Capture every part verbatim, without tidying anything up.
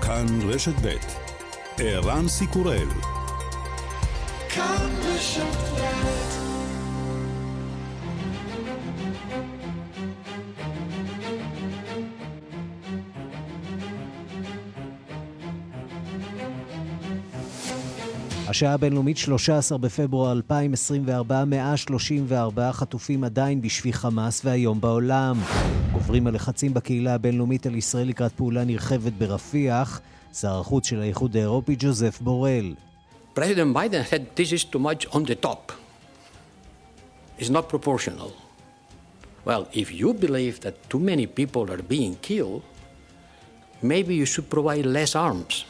כאן רשת ב' ערן סיקורל. כאן רשת ב'. השעה הבינלאומית שלושה עשר בפברואר אלפיים עשרים וארבע, מאה שלושים וארבעה חטופים עדיין בשבי חמאס והיום בעולם. גוברים הלחצים בקהילה הבינלאומית על ישראל לקראת פעולה נרחבת ברפיח. שר החוץ של האיחוד האירופי ג'וזף בורל. President Biden said this is too much on the top. It's not proportional. Well, if you believe that too many people are being killed, maybe you should provide less arms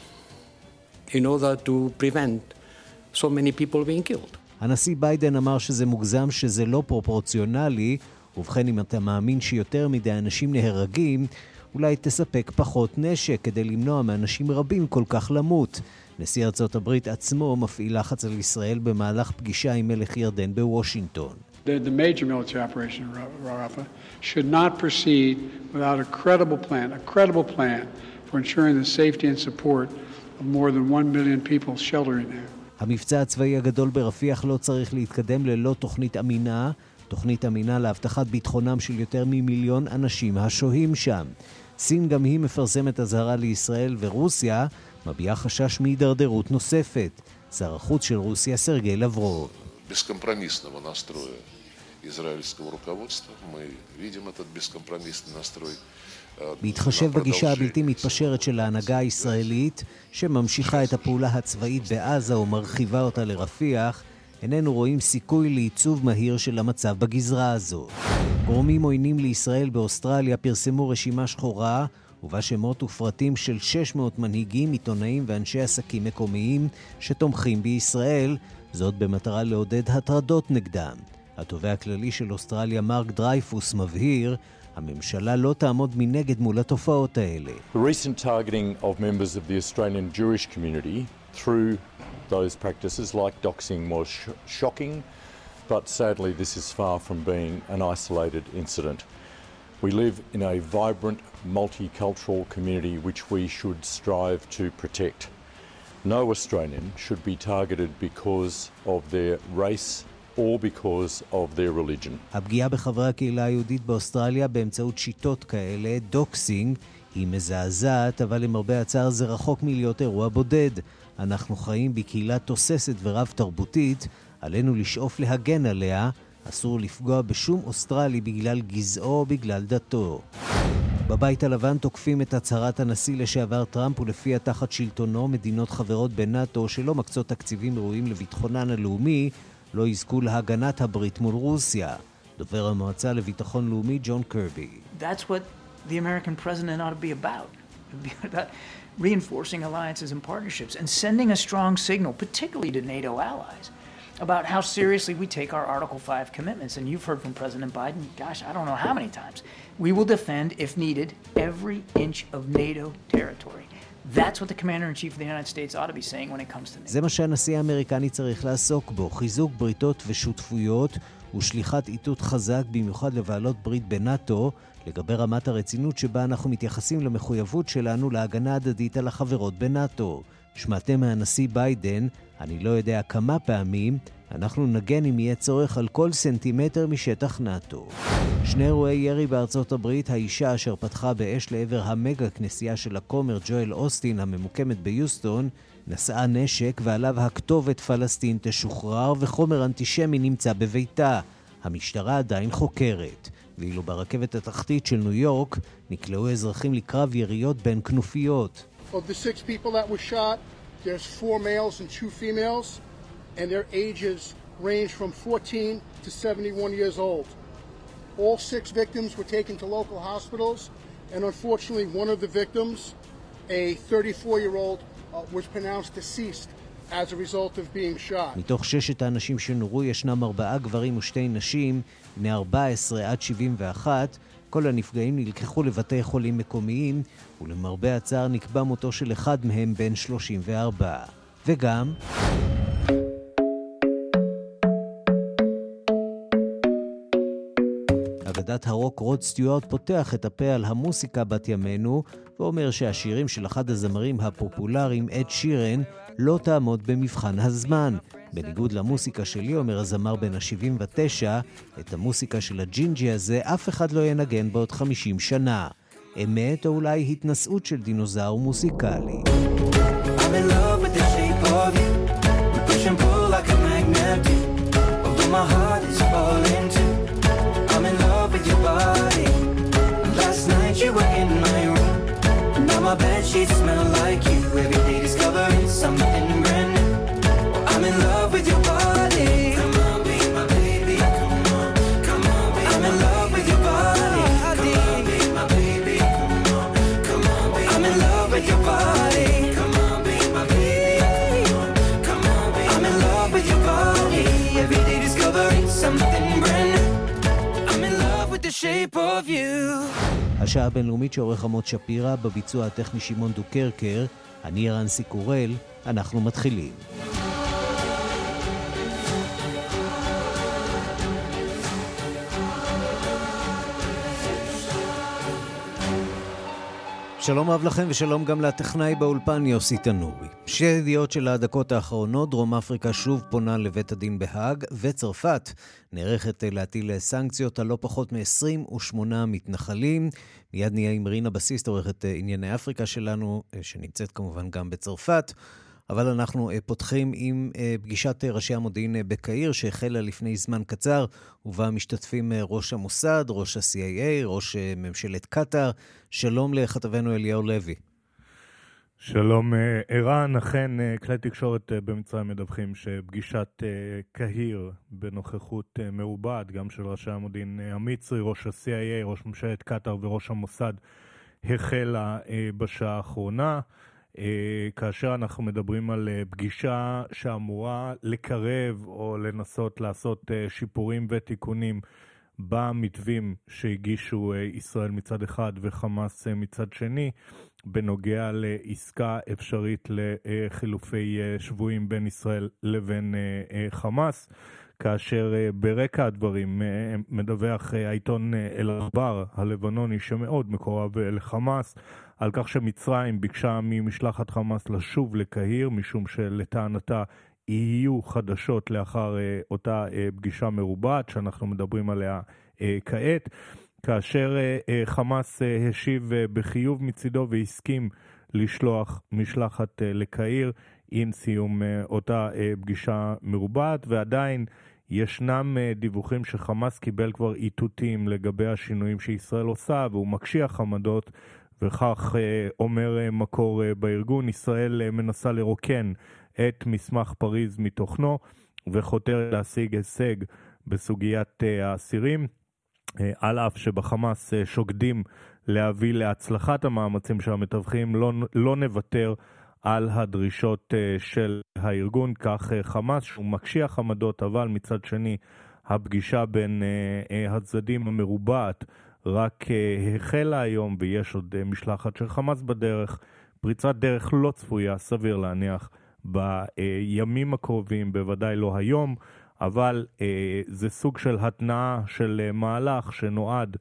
in order to prevent so many people being killed. הנשיא ביידן אמר שזה מוגזם, שזה לא פרופורציונלי, ובכן אם אתה מאמין שיותר מדי אנשים נהרגים, אולי תספק פחות נשק כדי למנוע מאנשים רבים כל כך למות. נשיא ארצות הברית עצמו מפעיל לחץ על ישראל במהלך פגישה עם מלך ירדן בוושינגטון. The, the major military operation in Rafah should not proceed without a credible plan, a credible plan for ensuring the safety and support of more than one million people sheltering there. המבצע הצבאי הגדול ברפיח לא צריך להתקדם ללא תוכנית אמינה, תוכנית אמינה להבטחת ביטחונם של יותר ממיליון אנשים השוהים שם. סין גם היא מפרסמת אזהרה לישראל, ורוסיה מביעה חשש מהידרדרות נוספת. שר החוץ של רוסיה סרגי לברוב. Бескомпромиссного настроя израильского руководства. Мы видим этот бескомпромиссный настрой. בהתחשב בגישה הבלתי מתפשרת של ההנהגה הישראלית, שממשיכה את הפעולה הצבאית בעזה ומרחיבה אותה לרפיח, איננו רואים סיכוי לעיצוב מהיר של המצב בגזרה הזו. גורמים עוינים לישראל באוסטרליה פרסמו רשימה שחורה, ובה שמות ופרטים של שש מאות מנהיגים, עיתונאים ואנשי עסקים מקומיים שתומכים בישראל, זאת במטרה לעודד הטרדות נגדם. התובע הכללי של אוסטרליה מרק דרייפוס מבהיר, הממשלה לא תעמוד מנגד מול התופעות האלה. The recent targeting of members of the Australian Jewish community through those practices like doxing was sh- shocking, but sadly this is far from being an isolated incident. We live in a vibrant, multicultural community which we should strive to protect. No Australian should be targeted because of their race or because of their religion. הפגיעה בחברי הקהילה היהודית באוסטרליה באמצעות שיטות כאלה, דוקסינג, היא מזעזעת, אבל למרבה הצער זה רחוק מלהיות אירוע בודד. אנחנו חיים בקהילה תוססת ורב תרבותית, עלינו לשאוף להגן עליה, אסור לפגוע בשום אוסטרלי בגלל גזעו או בגלל דתו. בבית הלבן תוקפים את הצהרת הנשיא לשעבר טראמפ, ולפיה תחת שלטונו מדינות חברות בנאטו שלא מקצות תקציבים ראויים לביטחונן הלאומי, לא יזכו להגנת הברית מול רוסיה. דובר המועצה לביטחון לאומי ג'ון קרבי. That's what the American president ought to be about. It would be about reinforcing alliances and partnerships and sending a strong signal, particularly to NATO allies, about how seriously we take our Article five commitments. And you've heard from President Biden, gosh, I don't know how many times. We will defend, if needed, every inch of NATO territory. That's what the Commander-in-Chief of the United States ought to be saying when it comes to NATO. זה מה שהנשיא האמריקני צריך לעסוק בו, חיזוק בריתות ושותפויות ושליחת איתות חזק במיוחד לבעלות ברית בנאטו, לגבי רמת הרצינות שבה אנחנו מתייחסים למחויבות שלנו להגנה הדדית על החברות בנאטו. שמעתם מהנשיא ביידן, אני לא יודע כמה פעמים, אנחנו נגן אם יהיה צורך על כל סנטימטר משטח נאטו. שני אירועי ירי בארצות הברית, האישה אשר פתחה באש לעבר המגה כנסייה של הכומר ג'ואל אוסטין הממוקמת ביוסטון, נשאה נשק ועליו הכתובת פלסטין תשוחרר, וחומר אנטישמי נמצא בביתה. המשטרה עדיין חוקרת. ואילו ברכבת התחתית של ניו יורק נקלעו אזרחים לקרב יריות בין כנופיות. Of the six people that were shot, there's four males and two females, and their ages range from fourteen to seventy-one years old. All six victims were taken to local hospitals, and unfortunately one of the victims, a thirty-four-year-old, uh, was pronounced deceased as a result of being shot. מתוך ששת האנשים שנורו ישנם ארבעה גברים ושתי נשים, בני ארבע עשרה עד שבעים ואחת. כל הנפגעים נלקחו לבתי חולים מקומיים, ולמרבה הצער נקבע מותו של אחד מהם בן שלושים וארבע. וגם להקת הרוק רוד סטיוארט פותח את הפה על המוסיקה בת ימינו, ואומר שהשירים של אחד הזמרים הפופולריים, אד שירן, לא תעמוד במבחן הזמן. בניגוד למוסיקה שלי, אומר הזמר בן ה-שבעים ותשע, את המוסיקה של הג'ינג'י הזה אף אחד לא ינגן בעוד חמישים שנה. אמת או אולי התנסות של דינוזאור מוסיקלי. I'm in love with the shape of you. We push and pull like a magnet do. Although my heart is falling too. I'm in love with your body. Last night you were in my room. Now my bed sheets smell like you. Every day discovering something brand new. I'm in love with your body. Come on, be my baby. Come on, come on, be I'm in love with your body. Come on, be my baby. Come on, come on, be I'm in love with your body. Come on, be my baby. Come on, be I'm in love with your body. Every day discovering something brand new. I'm in love with the shape of you. השעה הבינלאומית שעורך עמוד שפירא, בביצוע הטכני שמעון דוקרקר, אני רנסי קורל, אנחנו מתחילים. שלום רב לכם ושלום גם לטכנאי באולפן יוסי תנורי. שתי ידיעות של הדקות האחרונות, דרום אפריקה שוב פונה לבית הדין בהאג, וצרפת נערכת להטיל סנקציות על לא פחות מ-עשרים ושמונה מתנחלים. מיד נהיה עם רינה בסיסט, עורכת ענייני אפריקה שלנו, שנמצאת כמובן גם בצרפת. אבל אנחנו פותחים עם פגישת ראשי המודיעין בקהיר, שהחלה לפני זמן קצר, ובה משתתפים ראש המוסד, ראש ה-סי איי איי, ראש ממשלת קטר. שלום לכתבנו אליהו לוי. שלום ערן, אכן כלי תקשורת במצרים מדווחים שפגישת קהיר בנוכחות מרובעת, גם של ראשי המודיעין המצרי, ראש ה-סי איי איי, ראש ממשלת קטר וראש המוסד, החלה בשעה האחרונה. כאשר אנחנו מדברים על פגישה שאמורה לקרב או לנסות לעשות שיפורים ותיקונים במתווים שהגישו ישראל מצד אחד וחמאס מצד שני, בנוגע לעסקה אפשרית לחילופי שבויים בין ישראל לבין חמאס, כאשר ברקע הדברים מדווח העיתון אל-אחבר הלבנוני שמאוד מקורב לחמאס, על כך שמצרים ביקשה ממשלחת חמאס לשוב לקהיר, משום שלטענתה יהיו חדשות לאחר אותה פגישה מרובעת שאנחנו מדברים עליה כעת, כאשר חמאס השיב בחיוב מצידו והסכים לשלוח משלחת לקהיר עם סיום אותה פגישה מרובעת, ועדיין ישנם דיווחים שחמאס קיבל כבר איתותים לגבי השינויים שישראל עושה, והוא מקשיח עמדות, וכך אומר מקור בארגון. ישראל מנסה לרוקן את מסמך פריז מתוכנו, וחותר להשיג הישג בסוגיית האסירים, על אף שבחמאס שוקדים להביא להצלחת המאמצים של המתווכים, לא, לא נוותר על הדרישות של הארגון. כך חמאס שהוא מקשיח עמדות, אבל מצד שני הפגישה בין הצדדים המרובעת רק החלה היום, ויש עוד משלחת של חמאס בדרך. פריצת דרך לא צפויה, סביר להניח, בימים הקרובים, בוודאי לא היום, אבל זה סוג של התנאה של מהלך שנועד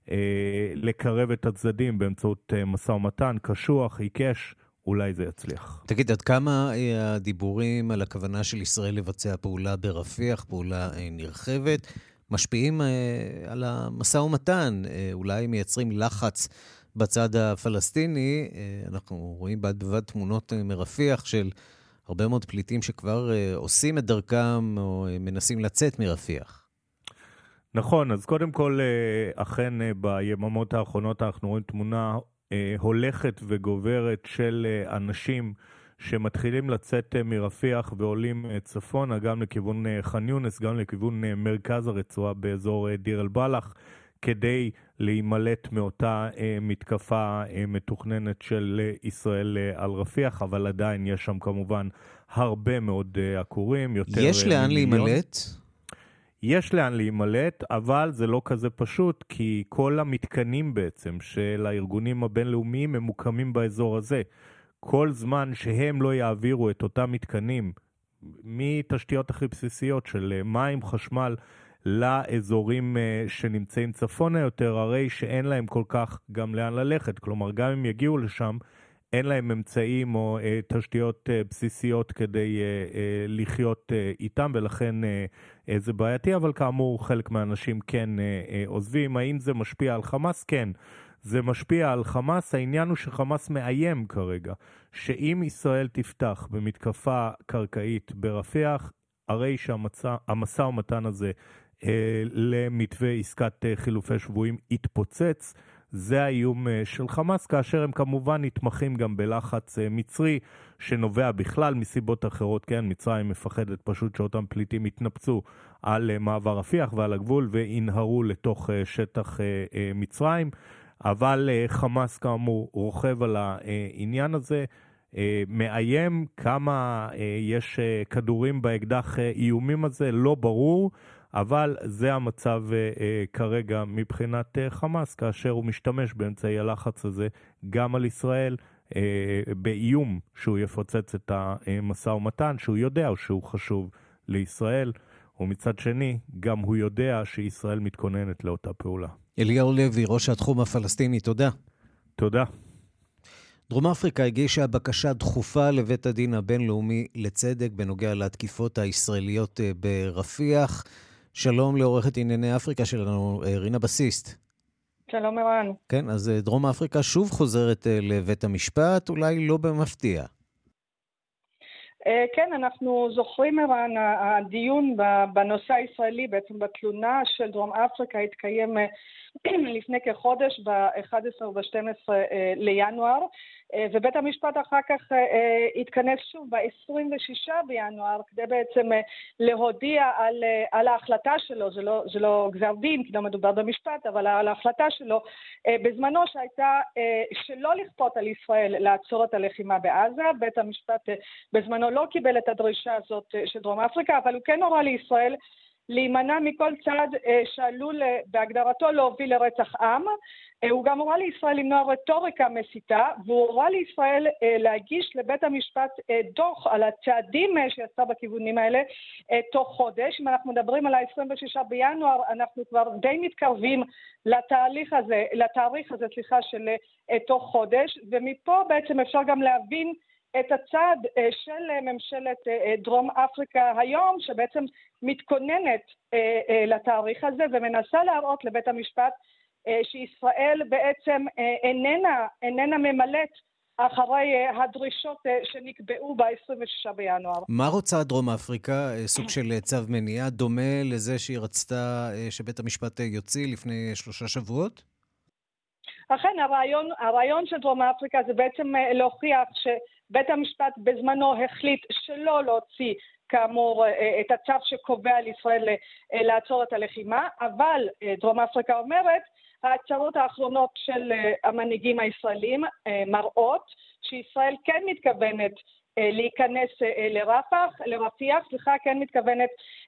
לקרב את הצדדים באמצעות משא ומתן קשוח, עיקש. אולי זה יצליח. תגיד, עד כמה הדיבורים על הכוונה של ישראל לבצע פעולה ברפיח, פעולה נרחבת, משפיעים על המשא ומתן, אולי מייצרים לחץ בצד הפלסטיני? אנחנו רואים בד בבד תמונות מרפיח של הרבה מאוד פליטים שכבר עושים את דרכם או מנסים לצאת מרפיח. נכון, אז קודם כל, אכן ביממות האחרונות אנחנו רואים תמונה הולכת וגוברת של אנשים שמתחילים לצאת מרפיח ועולים צפונה, גם לכיוון ח'אן יונס, גם לכיוון מרכז הרצועה באזור דיר אל-בלח, כדי להימלט מאותה מתקפה מתוכננת של ישראל על רפיח, אבל עדיין יש שם כמובן הרבה מאוד עקורים. יש לאן להימלט? יש לאן להימלט, אבל זה לא כזה פשוט, כי כל המתקנים בעצם של הארגונים הבינלאומיים הם מוקמים באזור הזה. כל זמן שהם לא יעבירו את אותם מתקנים מתשתיות הכי בסיסיות של מים, חשמל לאזורים שנמצאים צפונה יותר, הרי שאין להם כל כך גם לאן ללכת. כלומר, גם אם יגיעו לשם, אין להם אמצעים או תשתיות בסיסיות כדי לחיות איתם, ולכן זה בעייתי, אבל כאמור חלק מהאנשים כן עוזבים. האם זה משפיע על חמאס? כן. זה משפיע על חמאס. העניין הוא שחמאס מאיים כרגע, שאם ישראל תפתח במתקפה קרקעית ברפיח, הרי שהמשא ומתן הזה אה, למתווה עסקת אה, חילופי שבויים יתפוצץ. זה האיום אה, של חמאס, כאשר הם כמובן נתמכים גם בלחץ אה, מצרי, שנובע בכלל מסיבות אחרות. כן, מצרים מפחדת פשוט שאותם פליטים יתנפצו על אה, מעבר רפיח ועל הגבול וינהרו לתוך אה, שטח אה, אה, מצרים. אבל חמאס כאמור רוכב על העניין הזה, מאיים. כמה יש כדורים באקדח איומים הזה לא ברור, אבל זה המצב כרגע מבחינת חמאס, כאשר הוא משתמש באמצעי הלחץ הזה גם על ישראל, באיום שהוא יפוצץ את המשא ומתן, שהוא יודע שהוא חשוב לישראל, ומצד שני גם הוא יודע שישראל מתכוננת לאותה פעולה. אליהו לוי, ראש התחום הפלסטיני, תודה. תודה. דרום אפריקה הגישה בקשה דחופה לבית הדין הבינלאומי לצדק בנוגע להתקיפות הישראליות ברפיח. שלום לעורכת ענייני אפריקה שלנו, רינה בסיסט. שלום ערן. כן, אז דרום אפריקה שוב חוזרת לבית המשפט, אולי לא במפתיע. כן, אנחנו זוכרים ערן, הדיון בנושא הישראלי, בעצם בתלונה של דרום אפריקה, התקיים לפני כחודש ב-אחד עשר וב-שתים עשרה לינואר, ובית המשפט אחר כך התכנס שוב ב-עשרים ושישה בינואר, כדי בעצם להודיע על, על ההחלטה שלו. זה לא, זה לא גזר דין, כי לא מדובר במשפט, אבל על ההחלטה שלו בזמנו שהייתה שלא לכפות על ישראל לעצור את הלחימה בעזה. בית המשפט בזמנו לא קיבל את הדרישה הזאת של דרום אפריקה, אבל הוא כן הורה לישראל להימנע מכל צעד שעלול בהגדרתו להוביל לרצח עם. הוא גם הורה לישראל למנוע רטוריקה מסיתה, והוא הורה לישראל להגיש לבית המשפט דוח על הצעדים שיצא בכיוונים האלה תוך חודש. אם אנחנו מדברים על ה-עשרים ושישה בינואר, אנחנו כבר די מתקרבים לתהליך הזה, לתאריך הזה, סליחה, של תוך חודש, ומפה בעצם אפשר גם להבין את הצעד של ממשלת דרום אפריקה היום, שבעצם מתכוננת לתאריך הזה ומנסה להראות לבית המשפט שישראל בעצם איננה, איננה ממלאת אחרי הדרישות שנקבעו ב-עשרים ושישה בינואר. מה רוצה דרום אפריקה? סוג של צו מניעה דומה לזה שהיא רצתה שבית המשפט יוציא לפני שלושה שבועות? אכן, הרעיון, הרעיון של דרום אפריקה זה בעצם להוכיח שבית המשפט בזמנו החליט שלא להוציא כאמור את הצו שקובע על ישראל לעצור את הלחימה, אבל דרום אפריקה אומרת, ההצהרות האחרונות של המנהיגים הישראלים מראות שישראל כן מתכוונת להיכנס לרפיח, לרפיח, סליחה, כן מתכוונת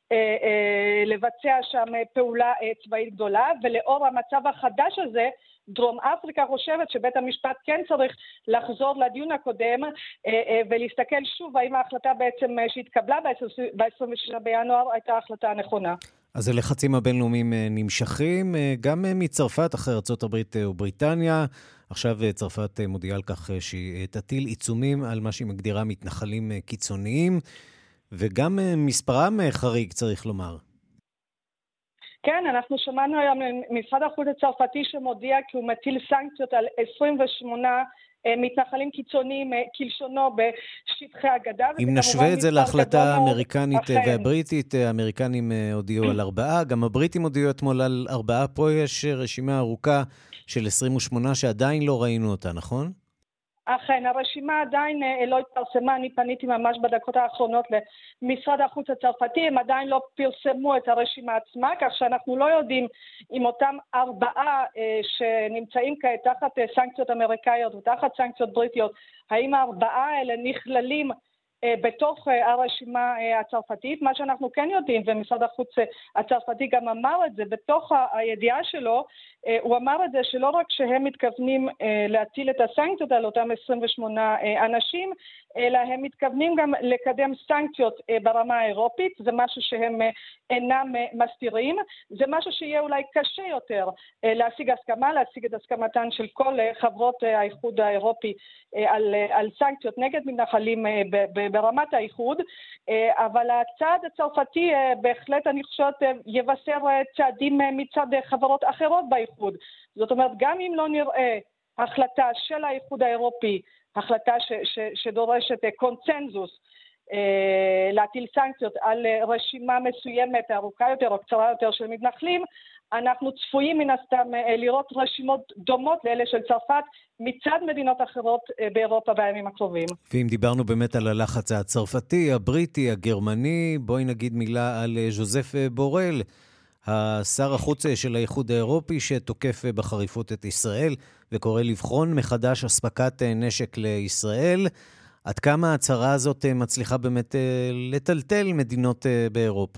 לבצע שם פעולה צבאית גדולה, ולאור המצב החדש הזה, דרום אפריקה חושבת שבית המשפט כן צריך לחזור לדיון הקודם ולהסתכל שוב האם ההחלטה בעצם שהתקבלה ב-עשרים ושישה בינואר הייתה ההחלטה הנכונה. אז הלחצים הבינלאומיים נמשכים, גם מצרפת אחרי ארצות הברית ובריטניה. עכשיו צרפת מודיעה על כך שהיא תטיל עיצומים על מה שהיא מגדירה מתנחלים קיצוניים, וגם מספרם חריג צריך לומר. כן, אנחנו שמענו היום משרד החוץ הצרפתי שמודיע כי הוא מטיל סנקציות על עשרים ושמונה מתנחלים קיצוניים כלשונו בשטחי הגדה. אם נשווה את זה להחלטה האמריקנית והבריטית, האמריקנים הודיעו על ארבעה, גם הבריטים הודיעו אתמול על ארבעה. פה יש רשימה ארוכה של עשרים ושמונה שעדיין לא ראינו אותה, נכון? אכן, הרשימה עדיין לא התפרסמה, אני פניתי ממש בדקות האחרונות למשרד החוץ הצרפתי, הם עדיין לא פרסמו את הרשימה עצמה, כך שאנחנו לא יודעים אם אותם ארבעה שנמצאים כעת תחת סנקציות אמריקאיות ותחת סנקציות בריטיות, האם הארבעה האלה נכללים בתוך הרשימה הצרפתית. מה שאנחנו כן יודעים, ומשרד החוץ הצרפתי גם אמר את זה בתוך הידיעה שלו, הוא אמר את זה שלא רק שהם מתכוונים להטיל את הסנקציות על אותם עשרים ושמונה אנשים, אלא הם מתכוונים גם לקדם סנקציות ברמה האירופית. זה משהו שהם אינם מסתירים, זה משהו שיהיה אולי קשה יותר להשיג הסכמה, להשיג את הסכמתן של כל חברות האיחוד האירופי על, על סנקציות נגד מתנחלים ברמת האיחוד, אבל הצעד הצרפתי בהחלט אני חושבת יבשר צעדים מצד חברות אחרות באיחוד. זאת אומרת, גם אם לא נראה החלטה של האיחוד האירופי, החלטה ש, ש, שדורשת קונצנזוס, אה, להטיל סנקציות על רשימה מסוימת, ארוכה יותר או קצרה יותר של מתנחלים, אנחנו צפויים מן הסתם אה, לראות רשימות דומות לאלה של צרפת מצד מדינות אחרות אה, באירופה בימים הקרובים. ואם דיברנו באמת על הלחץ הצרפתי, הבריטי, הגרמני, בואי נגיד מילה על ז'וזף בורל, השר החוץ של האיחוד האירופי שתוקף בחריפות את ישראל וקורא לבחון מחדש אספקת נשק לישראל. עד כמה ההצהרה הזאת מצליחה באמת לטלטל מדינות באירופה?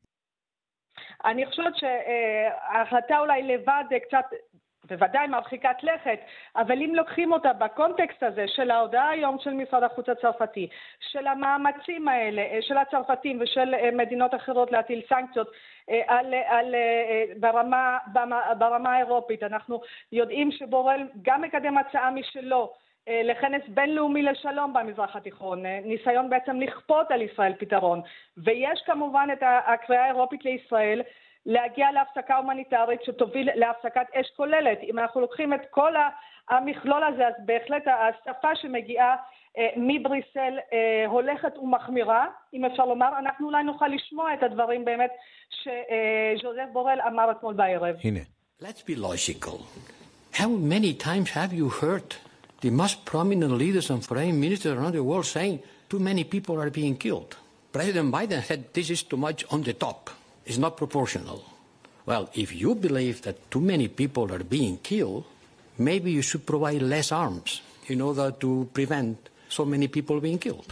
אני חושבת שההחלטה אולי לבד קצת, בוודאי מרחיקת לכת, אבל אם לוקחים אותה בקונטקסט הזה של ההודעה היום של משרד החוץ הצרפתי, של המאמצים האלה, של הצרפתים ושל מדינות אחרות להטיל סנקציות על, על, ברמה, ברמה האירופית, אנחנו יודעים שבורל גם מקדם הצעה משלו לכנס בינלאומי לשלום במזרח התיכון, ניסיון בעצם לכפות על ישראל פתרון, ויש כמובן את הקריאה האירופית לישראל להגיע להפסקה הומניטרית שתוביל להפסקת אש כוללת. אם אנחנו לוקחים את כל המכלול הזה, אז בהחלט השפה שמגיעה מבריסל הולכת ומחמירה, אם אפשר לומר, אנחנו אולי נוכל לשמוע את הדברים באמת שז'וזף בורל אמר אתמול בערב. הנה. Let's be logical. How many times have you heard the most prominent leaders and foreign ministers around the world saying too many people are being killed? President Biden said this is too much on the top. It's not proportional. Well, if you believe that too many people are being killed, maybe you should provide less arms in order to prevent so many people being killed.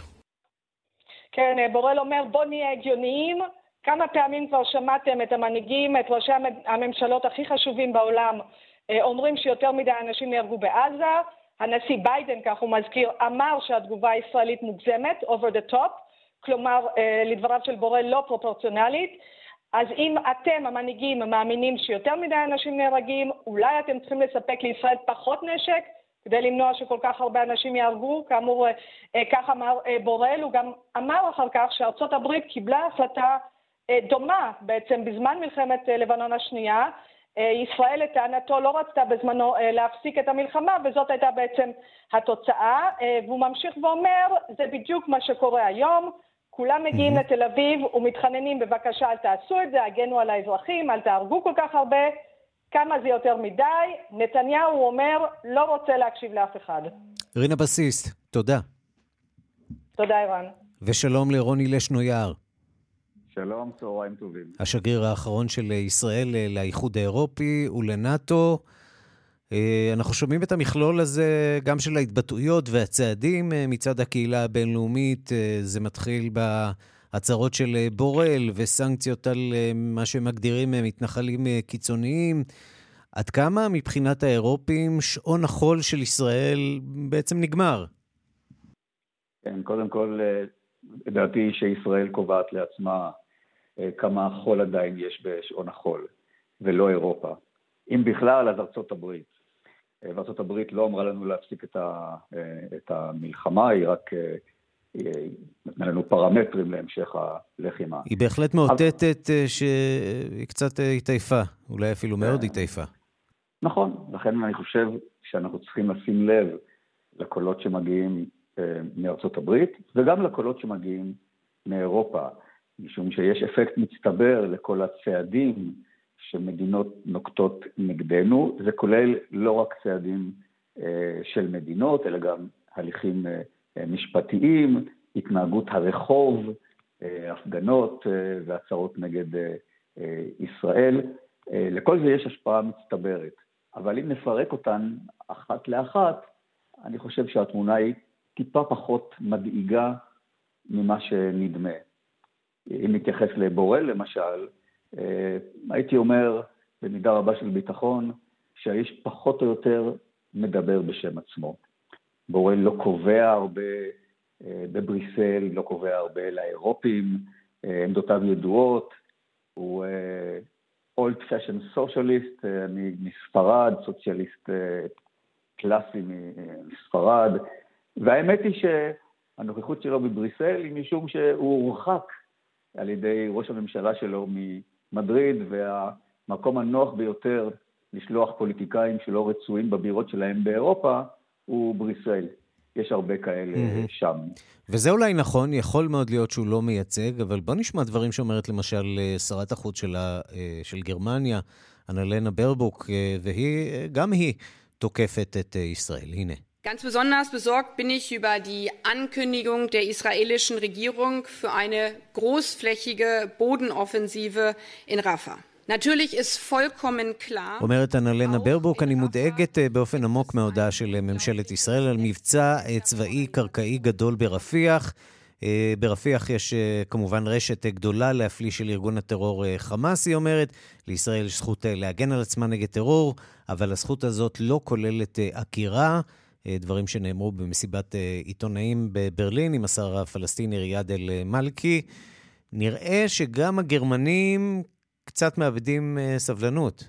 כן, בורל אומר, בוא נהיה הגיוניים. כמה פעמים כבר שמעתם את המנהיגים, את ראשי הממשלות הכי חשובים בעולם, אומרים שיותר מדי אנשים נהרגו בעזה. הנשיא ביידן, כך הוא מזכיר, אמר שהתגובה הישראלית מוגזמת, over the top, כלומר, לדבריו של בורל לא פרופורציונלית. אז אם אתם, המנהיגים, מאמינים שיותר מדי אנשים נהרגים, אולי אתם צריכים לספק לישראל פחות נשק, כדי למנוע שכל כך הרבה אנשים יהרגו. כאמור, כך אמר בורל. הוא גם אמר אחר כך שארצות הברית קיבלה החלטה דומה, בעצם בזמן מלחמת לבנון השנייה. ישראל לטענתו לא רצתה בזמנו להפסיק את המלחמה, וזאת הייתה בעצם התוצאה. והוא ממשיך ואומר, זה בדיוק מה שקורה היום. כולם מגיעים לתל אביב ומתחננים, בבקשה אל תעשו את זה, הגנו על האזרחים, אל תהרגו כל כך הרבה, כמה זה יותר מדי. נתניהו אומר, לא רוצה להקשיב לאף אחד. רינה בסיסט, תודה. תודה, אירן. ושלום לרוני לשנו-יער. שלום, צהריים טובים. השגריר האחרון של ישראל לאיחוד האירופי ולנאטו. אנחנו שומעים את המכלול הזה גם של ההתבטאויות והצעדים מצד הקהילה הבינלאומית. זה מתחיל בהצהרות של בורל וסנקציות על מה שמגדירים מתנחלים קיצוניים. עד כמה מבחינת האירופים שעון החול של ישראל בעצם נגמר? כן, קודם כל, לדעתי שישראל קובעת לעצמה כמה חול עדיין יש בשעון החול, ולא אירופה. אם בכלל, אז ארצות הברית. וארצות הברית לא אמרה לנו להפסיק את, ה, את המלחמה, היא רק נתנה לנו פרמטרים להמשך הלחימה. היא בהחלט מאותתת אבל... שהיא קצת התעיפה, אולי אפילו מאוד התעיפה. נכון, לכן אני חושב שאנחנו צריכים לשים לב לקולות שמגיעים מארצות הברית, וגם לקולות שמגיעים מאירופה, משום שיש אפקט מצטבר לכל הצעדים שמדינות נוקטות נגדנו. זה כולל לא רק צעדים של מדינות, אלא גם הליכים משפטיים, התנהגות הרחוב, הפגנות והצהרות נגד ישראל. לכל זה יש השפעה מצטברת. אבל אם נפרק אותן אחת לאחת, אני חושב שהתמונה היא טיפה פחות מדאיגה ממה שנדמה. אם נתייחס לבורל למשל, הייתי אומר במידה רבה של ביטחון שהאיש פחות או יותר מדבר בשם עצמו. בורל לא קובע הרבה בבריסל, לא קובע הרבה לאירופים, עמדותיו ידועות, הוא old fashioned socialist מספרד, סוציאליסט קלאסי מספרד, והאמת היא שהנוכחות שלו בבריסל היא משום שהוא הורחק על ידי ראש הממשלה שלו ממדריד, והמקום הנוח ביותר לשלוח פוליטיקאים שלא רצויים בבירות שלהם באירופה הוא בריסל. יש הרבה כאלה mm-hmm. שם. וזה אולי נכון, יכול מאוד להיות שהוא לא מייצג, אבל בוא נשמע דברים שאומרת למשל שרת החוץ שלה, של גרמניה, אנלנה ברבוק, והיא, גם היא תוקפת את ישראל. הנה. Ganz besonders besorgt bin ich über die Ankündigung der israelischen Regierung für eine großflächige Bodenoffensive in Rafah. Natürlich ist vollkommen klar. אומרת אנלנה ברבוק, אני מודאגת באופן עמוק מההודעה של ממשלת ישראל על מבצע צבאי קרקעי גדול ברפיח. ברפיח יש כמובן רשת גדולה להפליא של ארגון הטרור חמאס, היא אומרת. לישראל יש זכות להגן על עצמה נגד טרור, אבל הזכות הזאת לא כוללת עקירה. דברים שנאמרו במסיבת עיתונאים בברלין עם השר הפלסטיני ריאד אל מלכי. נראה שגם הגרמנים קצת מאבדים סבלנות.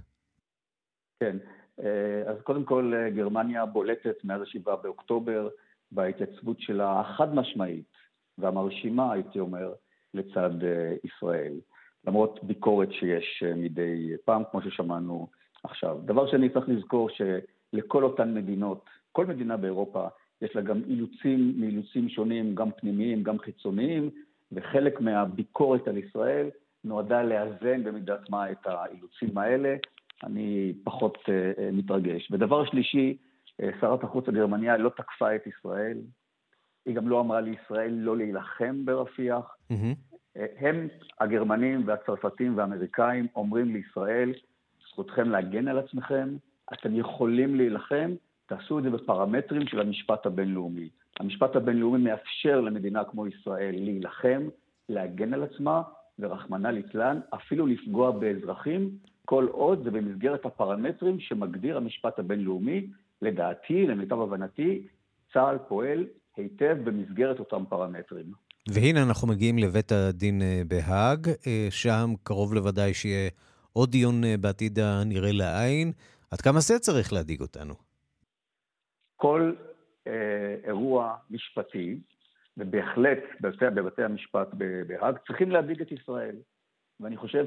כן, אז קודם כל גרמניה בולטת מאז השבעה באוקטובר בהתייצבות שלה החד משמעית והמרשימה, הייתי אומר, לצד ישראל. למרות ביקורת שיש מדי פעם, כמו ששמענו עכשיו. דבר שאני צריך לזכור שלכל אותן מדינות, כל מדינה באירופה, יש לה גם אילוצים, מאילוצים שונים, גם פנימיים, גם חיצוניים, וחלק מהביקורת על ישראל נועדה לאזן במידת מה את האילוצים האלה. אני פחות uh, מתרגש. ודבר שלישי, uh, שרת החוץ הגרמניה לא תקפה את ישראל. היא גם לא אמרה לישראל לא להילחם ברפיח. Mm-hmm. Uh, הם, הגרמנים והצרפתים והאמריקאים, אומרים לישראל, זכותכם להגן על עצמכם, אתם יכולים להילחם, תעשו את זה בפרמטרים של המשפט הבינלאומי. המשפט הבינלאומי מאפשר למדינה כמו ישראל להילחם, להגן על עצמה, ורחמנא ליצלן, אפילו לפגוע באזרחים, כל עוד זה במסגרת הפרמטרים שמגדיר המשפט הבינלאומי. לדעתי, למיטב הבנתי, צה"ל פועל היטב במסגרת אותם פרמטרים. והנה אנחנו מגיעים לבית הדין בהאג, שם קרוב לוודאי שיהיה עוד דיון בעתיד הנראה לעין. עד כמה זה צריך להדאיג אותנו? כל אה, אירוע משפטי, ובהחלט בבתי, בבתי המשפט בהאג, צריכים להדאיג את ישראל. ואני חושב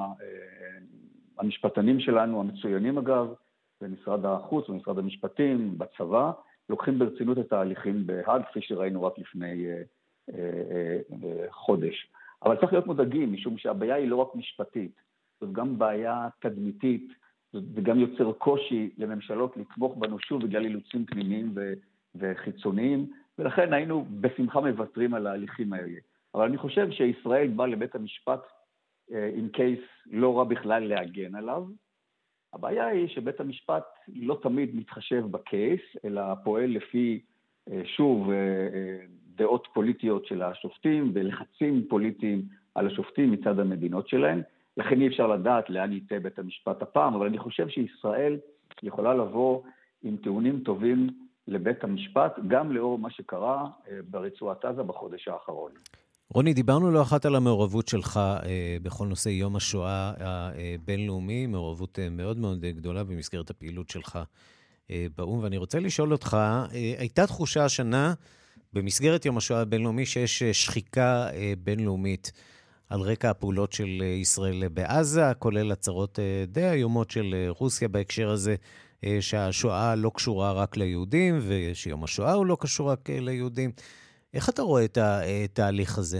שהמשפטנים שלנו, המצוינים אגב, במשרד החוץ ומשרד המשפטים, בצבא, לוקחים ברצינות את ההליכים בהאג, כפי שראינו רק לפני אה, אה, אה, חודש. אבל צריך להיות מודאגים, משום שהבעיה היא לא רק משפטית, זאת גם בעיה תדמיתית, זה גם יוצר קושי לממשלות לתמוך בנו שוב בגלל אילוצים פנימיים ו- וחיצוניים, ולכן היינו בשמחה מוותרים על ההליכים האלה. אבל אני חושב שישראל בא לבית המשפט עם קייס לא רע בכלל להגן עליו. הבעיה היא שבית המשפט לא תמיד מתחשב בקייס, אלא פועל לפי, שוב, דעות פוליטיות של השופטים ולחצים פוליטיים על השופטים מצד המדינות שלהם. לכן אי אפשר לדעת לאן ייתה בית המשפט הפעם, אבל אני חושב שישראל יכולה לבוא עם טיעונים טובים לבית המשפט, גם לאור מה שקרה ברצועת עזה בחודש האחרון. רוני, דיברנו לא אחת על המעורבות שלך אה, בכל נושא יום השואה הבינלאומי, מעורבות אה, מאוד מאוד גדולה במסגרת הפעילות שלך אה, באום, ואני רוצה לשאול אותך, אה, הייתה תחושה השנה במסגרת יום השואה הבינלאומי שיש שחיקה אה, בינלאומית על רקע הפעולות של אה, ישראל בעזה, כולל הצהרות אה, די איומות של אה, רוסיה בהקשר הזה, אה, שהשואה לא קשורה רק ליהודים, ושיום השואה הוא לא קשור רק אה, ליהודים. איך אתה רואה את התהליך הזה?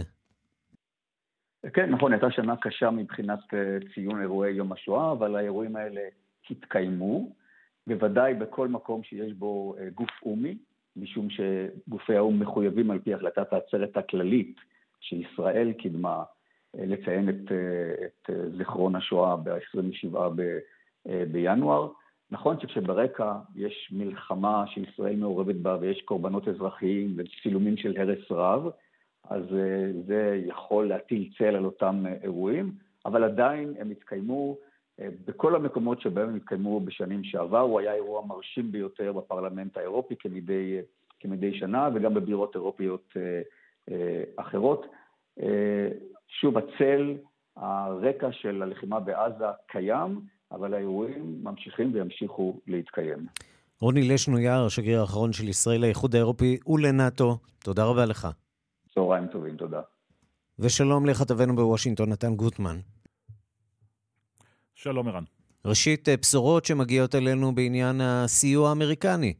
כן, נכון, הייתה שנה קשה מבחינת ציון אירועי יום השואה, אבל האירועים האלה התקיימו, בוודאי בכל מקום שיש בו גוף אומי, משום שגופי האום מחויבים על פי החלטת העצרת הכללית שישראל קידמה לציין את, את זיכרון השואה ב-עשרים ושבעה בינואר. נכון שכשברקע יש מלחמה שישראל מעורבת בה ויש קורבנות אזרחיים וצילומים של הרס רב, אז זה יכול להטיל צל על אותם אירועים, אבל עדיין הם התקיימו בכל המקומות שבהם התקיימו בשנים שעבר, הוא היה אירוע מרשים ביותר בפרלמנט האירופי כמדי, כמדי שנה, וגם בבירות אירופיות אחרות. שוב, הצל, הרקע של הלחימה בעזה קיים, אבל האירועים ממשיכים וימשיכו להתקיים. רוני לשנו-יער, השגריר האחרון של ישראל לאיחוד האירופי ולנאטו, תודה רבה לך. צהריים טובים, תודה. ושלום לכתבנו בוושינגטון, נתן גוטמן. שלום ערן. ראשית, בשורות שמגיעות אלינו בעניין הסיוע האמריקני.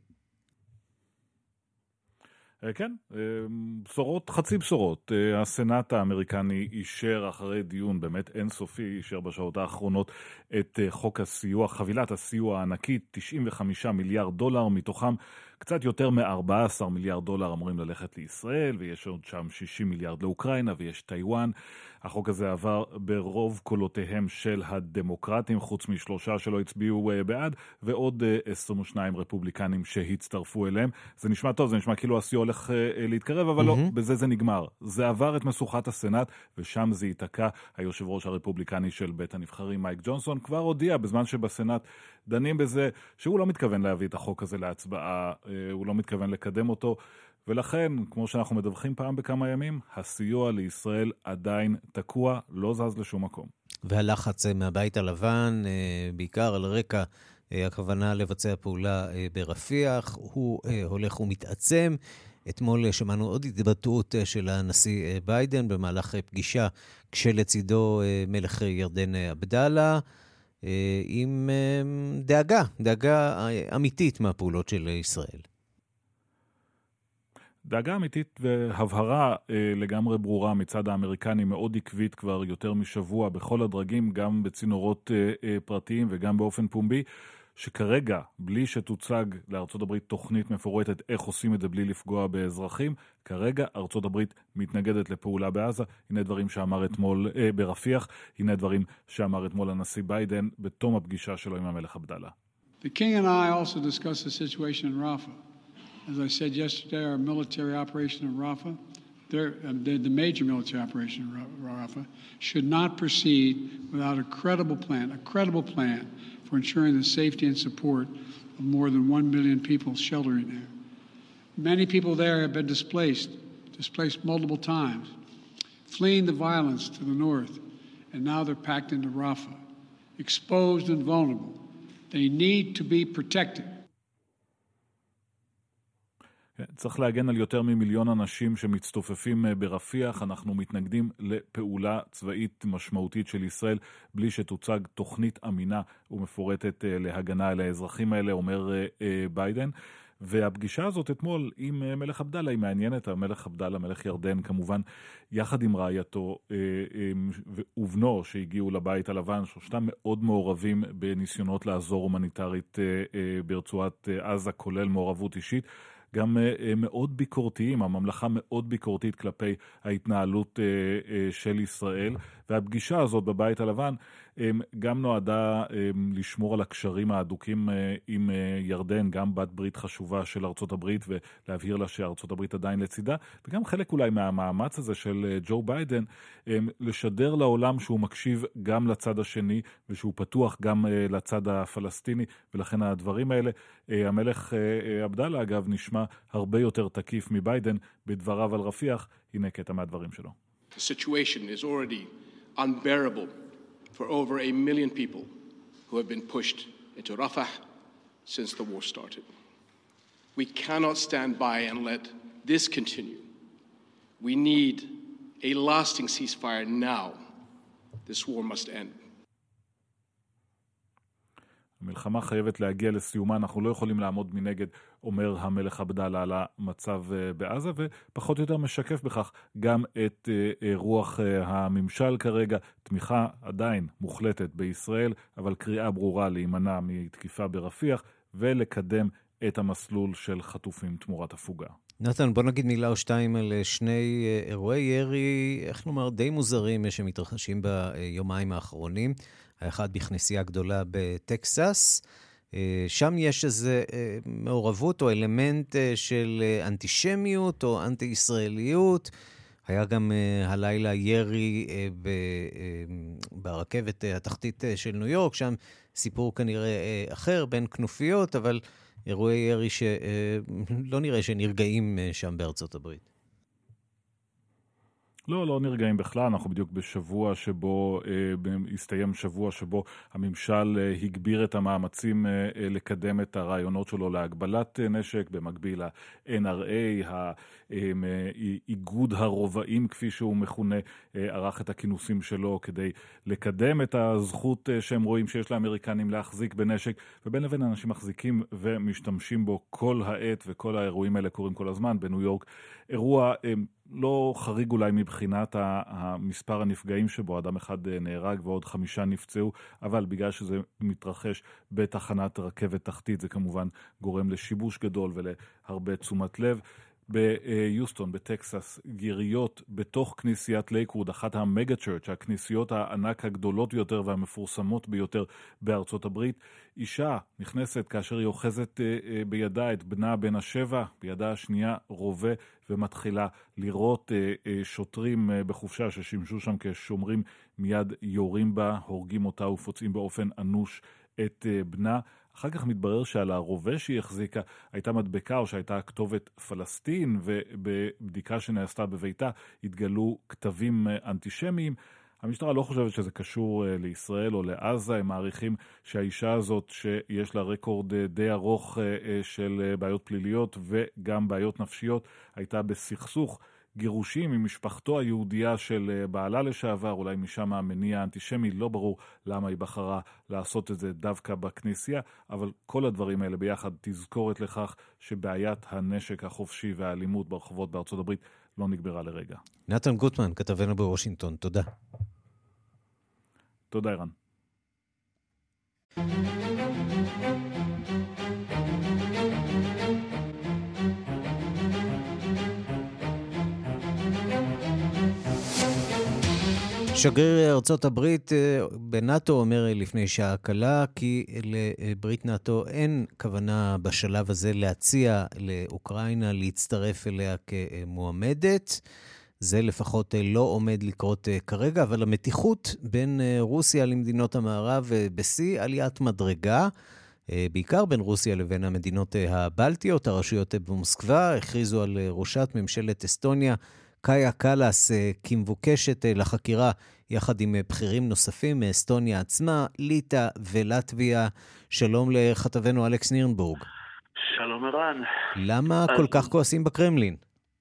כן, בשורות, חצי בשורות. הסנאט האמריקני אישר אחרי דיון באמת אינסופי, אישר בשעות האחרונות את חוק הסיוע, חבילת הסיוע הענקית, תשעים וחמישה מיליארד דולר, מתוכם קצת יותר מ-ארבעה עשר מיליארד דולר אמורים ללכת לישראל, ויש עוד שם שישים מיליארד לאוקראינה, ויש טיואן. החוק הזה עבר ברוב קולותיהם של הדמוקרטים, חוץ משלושה שלא הצביעו בעד, ועוד עשרים ושניים רפובליקנים שהצטרפו אליהם. זה נשמע טוב, זה נשמע כאילו הסיוע הולך להתקרב, אבל לא, בזה זה נגמר. זה עבר את משוכת הסנאט, ושם זה ייתקע. היושב ראש הרפובליקני של בית הנבחרים, מייק ג'ונסון, כבר הודיע בזמן שבסנאט דנים בזה, שהוא לא מתכוון להביא את החוק הזה להצבעה, הוא לא מתכוון לקדם אותו, ולכן, כמו שאנחנו מדווחים פעם בכמה ימים, הסיוע לישראל עדיין תקוע, לא זז לשום מקום. והלחץ מהבית הלבן, בעיקר על רקע הכוונה לבצע פעולה ברפיח, הוא הולך ומתעצם. אתמול שמענו עוד התבטאות של הנשיא ביידן במהלך פגישה כשלצידו מלך ירדן עבדאללה, עם דאגה, דאגה אמיתית מהפעולות של ישראל. דאגה אמיתית והבהרה אה, לגמרי ברורה מצד האמריקני, מאוד עקבית כבר יותר משבוע בכל הדרגים, גם בצינורות אה, אה, פרטיים וגם באופן פומבי, שכרגע, בלי שתוצג לארצות הברית תוכנית מפורטת איך עושים את זה בלי לפגוע באזרחים, כרגע ארצות הברית מתנגדת לפעולה בעזה. הנה דברים שאמר אתמול אה, ברפיח, הנה דברים שאמר אתמול הנשיא ביידן בתום הפגישה שלו עם המלך עבדאללה. The king and I also discussed the situation in Rafah. As I said yesterday, our military operation in Rafah, the, the major military operation in Rafah, should not proceed without a credible plan, a credible plan for ensuring the safety and support of more than one million people sheltering there. Many people there have been displaced, displaced multiple times, fleeing the violence to the north, and now they're packed into Rafah, exposed and vulnerable. They need to be protected. צריך להגן על יותר ממיליון אנשים שמצטופפים ברפיח. אנחנו מתנגדים לפעולה צבאית משמעותית של ישראל בלי שתוצג תוכנית אמינה ומפורטת להגנה על האזרחים האלה, אומר ביידן. והפגישה הזאת אתמול עם מלך עבדאללה היא מעניינת. המלך עבדאללה, מלך ירדן כמובן, יחד עם רעייתו ובנו שהגיעו לבית הלבן, שלושתם מאוד מעורבים בניסיונות לעזור הומניטרית ברצועת עזה, כולל מעורבות אישית. גם מאוד ביקורתיים, הממלכה מאוד ביקורתית כלפי ההתנהלות של ישראל, והפגישה הזאת בבית הלבן גם נועדה לשמור על הקשרים ההדוקים עם ירדן, גם בת ברית חשובה של ארצות הברית, ולהבהיר לה שארצות הברית עדיין לצידה, וגם חלק אולי מהמאמץ הזה של ג'ו ביידן, לשדר לעולם שהוא מקשיב גם לצד השני, ושהוא פתוח גם לצד הפלסטיני, ולכן הדברים האלה, המלך עבדאללה אגב נשמע הרבה יותר תקיף מביידן בדבריו על רפיח. הנה קטע מהדברים שלו. The situation is already unbearable for over a million people who have been pushed into Rafah since the war started. We cannot stand by and let this continue. We need a lasting ceasefire now. This war must end. המלחמה חייבת להגיע לסיומה, אנחנו לא יכולים לעמוד מנגד, אומר המלך עבדאללה על המצב בעזה, ופחות או יותר משקף בכך גם את רוח הממשל כרגע, תמיכה עדיין מוחלטת בישראל, אבל קריאה ברורה להימנע מתקיפה ברפיח, ולקדם את המסלול של חטופים תמורת הפוגה. נתן, בוא נגיד מילה או שתיים על שני אירועי ירי, איך נאמר, די מוזרים שמתרחשים ביומיים האחרונים. האחד בכנסייה גדולה בטקסס, שם יש איזה מעורבות או אלמנט של אנטישמיות או אנטי-ישראליות, היה גם uh, הלילה ירי uh, ב, uh, ברכבת uh, התחתית uh, של ניו יורק, שם סיפור כנראה uh, אחר בין כנופיות, אבל אירועי ירי שלא uh, נראה שנרגעים uh, שם בארצות הברית. לא, לא נרגעים בכלל, אנחנו בדיוק בשבוע שבו, אה, הסתיים שבוע שבו הממשל אה, הגביר את המאמצים אה, לקדם את הרעיונות שלו להגבלת אה, נשק, במקביל ה-אן אר איי, האיגוד הרובעים כפי שהוא מכונה, אה, ערך את הכינוסים שלו כדי לקדם את הזכות אה, שהם רואים שיש לאמריקנים להחזיק בנשק, ובין לבין אנשים מחזיקים ומשתמשים בו כל העת, וכל האירועים האלה קורים כל הזמן בניו יורק. אירוע אה, לא חריג אולי מבחינת המספר הנפגעים שבו, אדם אחד נהרג ועוד חמישה נפצעו, אבל בגלל שזה מתרחש בתחנת רכבת תחתית, זה כמובן גורם לשיבוש גדול ולהרבה תשומת לב. ביוסטון, בטקסס, יריות בתוך כנסיית לייקווד, אחת המגה צ'רץ', הכנסיות הענק הגדולות ביותר והמפורסמות ביותר בארצות הברית. אישה נכנסת כאשר היא אוחזת בידה את בנה בן השבע, בידה השנייה רובה, ומתחילה לראות שוטרים בחופשה ששימשו שם כשומרים, מיד יורים בה, הורגים אותה ופוצעים באופן אנוש את בנה. אחר כך מתברר שעל הרובה שהיא החזיקה הייתה מדבקה או שהייתה כתובת פלסטין, ובבדיקה שנעשתה בביתה התגלו כתבים אנטישמיים. המשטרה לא חושבת שזה קשור לישראל או לעזה, הם מעריכים שהאישה הזאת שיש לה רקורד די ארוך של בעיות פליליות וגם בעיות נפשיות, הייתה בסכסוך גירושים עם משפחתו היהודייה של בעלה לשעבר, אולי משם המניע האנטישמי, לא ברור למה היא בחרה לעשות את זה דווקא בכנסייה, אבל כל הדברים האלה ביחד תזכורת לכך שבעיית הנשק החופשי והאלימות ברחובות בארצות הברית לא נגברה לרגע. נתן גוטמן, כתבנו בוושינגטון, תודה. תודה אירן. שגריר ארצות הברית בנאטו אומר לפני שעה קלה כי לברית נאטו אין כוונה בשלב הזה להציע לאוקראינה להצטרף אליה כמועמדת. זה לפחות לא עומד לקרות כרגע, אבל המתיחות בין רוסיה למדינות המערב בשיא עליית מדרגה, בעיקר בין רוסיה לבין המדינות הבלטיות. הרשויות במוסקבה הכריזו על ראשת ממשלת אסטוניה קאיה קלאס כמבוקשת לחקירה יחד עם בכירים נוספים מאסטוניה עצמה, ליטא ולטביה. שלום לכתבנו אלכס נירנבורג. שלום ערן. למה אז... כל כך כועסים בקרמלין?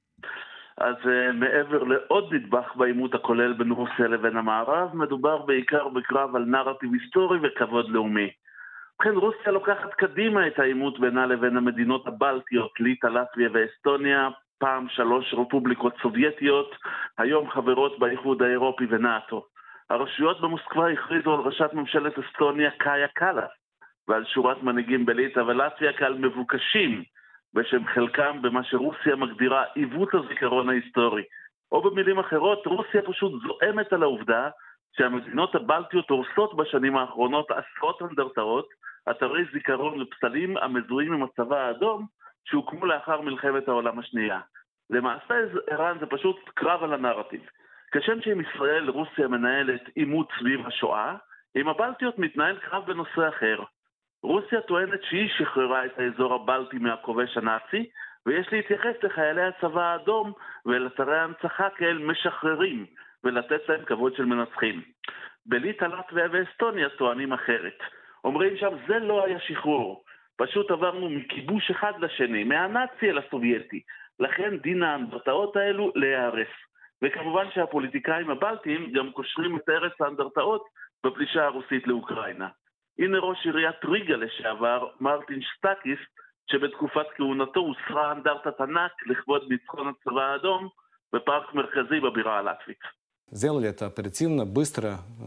אז uh, מעבר לעוד נדבך בעימות הכולל בין רוסיה לבין המערב, מדובר בעיקר בקרב על נרטיב היסטורי וכבוד לאומי. ובכן, רוסיה לוקחת קדימה את העימות בינה לבין המדינות הבלטיות, ליטא, לטביה ואסטוניה, פעם שלוש רפובליקות סובייטיות, היום חברות באיחוד האירופי ונאטו. הרשויות במוסקבה הכריזו על ראשת ממשלת אסטוניה קאיה קלאס, ועל שורת מנהיגים בליטא ולטביה כעל מבוקשים, בשם חלקם במה שרוסיה מגדירה עיוות הזיכרון ההיסטורי. או במילים אחרות, רוסיה פשוט זועמת על העובדה שהמדינות הבלטיות הורסות בשנים האחרונות עשרות אנדרטאות, אתרי זיכרון ופסלים המזוהים עם הצבא האדום, שהוקמו לאחר מלחמת העולם השנייה. למעשה, איראן זה פשוט קרב על הנרטיב. כשם שעם ישראל רוסיה מנהלת עימות סביב השואה, עם הבלטיות מתנהל קרב בנושא אחר. רוסיה טוענת שהיא שחררה את האזור הבלטי מהכובש הנאצי, ויש להתייחס לחיילי הצבא האדום ולאתרי ההנצחה כאל משחררים, ולתת להם כבוד של מנצחים. בליטא, לטביה ואסטוניה טוענים אחרת. אומרים שם, זה לא היה שחרור. פשוט עברנו מכיבוש אחד לשני, מהנאצי אל הסובייטי. לכן דין האנדרטאות האלו להיהרס. וכמובן שהפוליטיקאים הבלטיים גם קושרים את ארץ האנדרטאות בפלישה הרוסית לאוקראינה. הנה ראש עיריית ריגה לשעבר, מרטין שטקיס, שבתקופת כהונתו הוסרה אנדרטת ענק לכבוד ניצחון הצבא האדום בפארק מרכזי בבירה הלטבית. Сделали это оперативно, быстро,